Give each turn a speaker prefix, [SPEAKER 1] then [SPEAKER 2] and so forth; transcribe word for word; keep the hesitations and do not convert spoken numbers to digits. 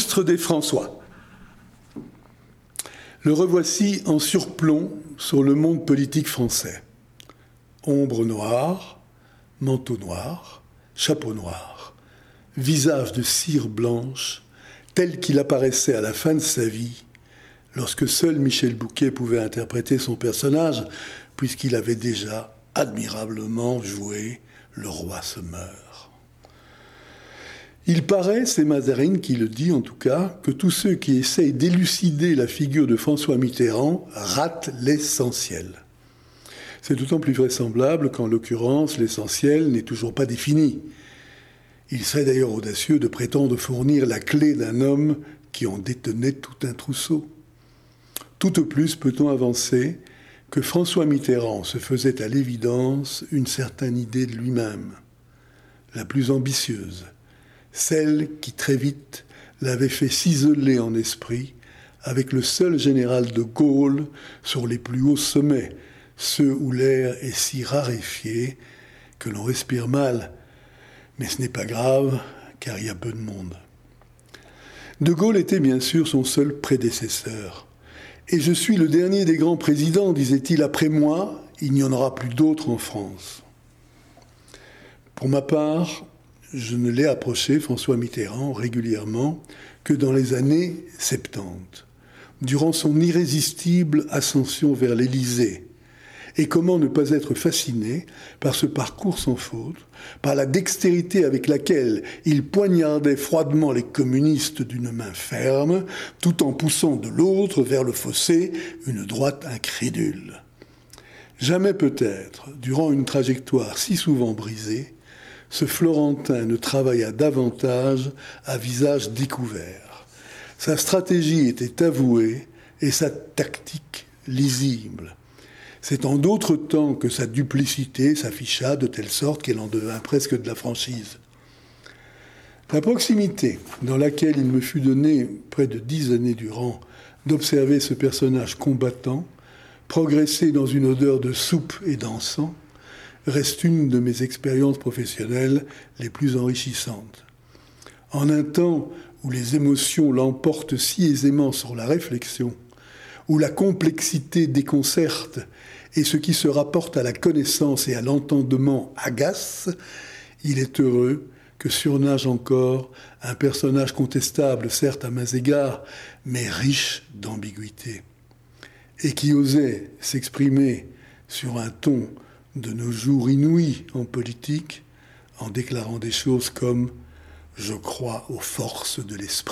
[SPEAKER 1] L'illustre des François. Le revoici en surplomb sur le monde politique français. Ombre noire, manteau noir, chapeau noir, visage de cire blanche, tel qu'il apparaissait à la fin de sa vie, lorsque seul Michel Bouquet pouvait interpréter son personnage, puisqu'il avait déjà admirablement joué Le roi se meurt. Il paraît, c'est Mazarine qui le dit en tout cas, que tous ceux qui essayent d'élucider la figure de François Mitterrand ratent l'essentiel. C'est d'autant plus vraisemblable qu'en l'occurrence, l'essentiel n'est toujours pas défini. Il serait d'ailleurs audacieux de prétendre fournir la clé d'un homme qui en détenait tout un trousseau. Tout au plus peut-on avancer que François Mitterrand se faisait à l'évidence une certaine idée de lui-même, la plus ambitieuse, celle qui très vite l'avait fait s'isoler en esprit avec le seul général de Gaulle sur les plus hauts sommets, ceux où l'air est si raréfié que l'on respire mal, mais ce n'est pas grave car il y a peu de monde. De Gaulle était bien sûr son seul prédécesseur. Et je suis le dernier des grands présidents, disait-il, après moi, il n'y en aura plus d'autres en France. Pour ma part, je ne l'ai approché, François Mitterrand, régulièrement, que dans les années soixante-dix, durant son irrésistible ascension vers l'Élysée. Et comment ne pas être fasciné par ce parcours sans faute, par la dextérité avec laquelle il poignardait froidement les communistes d'une main ferme, tout en poussant de l'autre vers le fossé une droite incrédule. Jamais peut-être, durant une trajectoire si souvent brisée, ce Florentin ne travailla davantage à visage découvert. Sa stratégie était avouée et sa tactique lisible. C'est en d'autres temps que sa duplicité s'afficha de telle sorte qu'elle en devint presque de la franchise. La proximité dans laquelle il me fut donné, près de dix années durant, d'observer ce personnage combattant, progresser dans une odeur de soupe et d'encens, reste une de mes expériences professionnelles les plus enrichissantes. En un temps où les émotions l'emportent si aisément sur la réflexion, où la complexité déconcerte et ce qui se rapporte à la connaissance et à l'entendement agace, il est heureux que surnage encore un personnage contestable, certes à mains égards, mais riche d'ambiguïté, et qui osait s'exprimer sur un ton de nos jours inouïs en politique, en déclarant des choses comme « je crois aux forces de l'esprit ».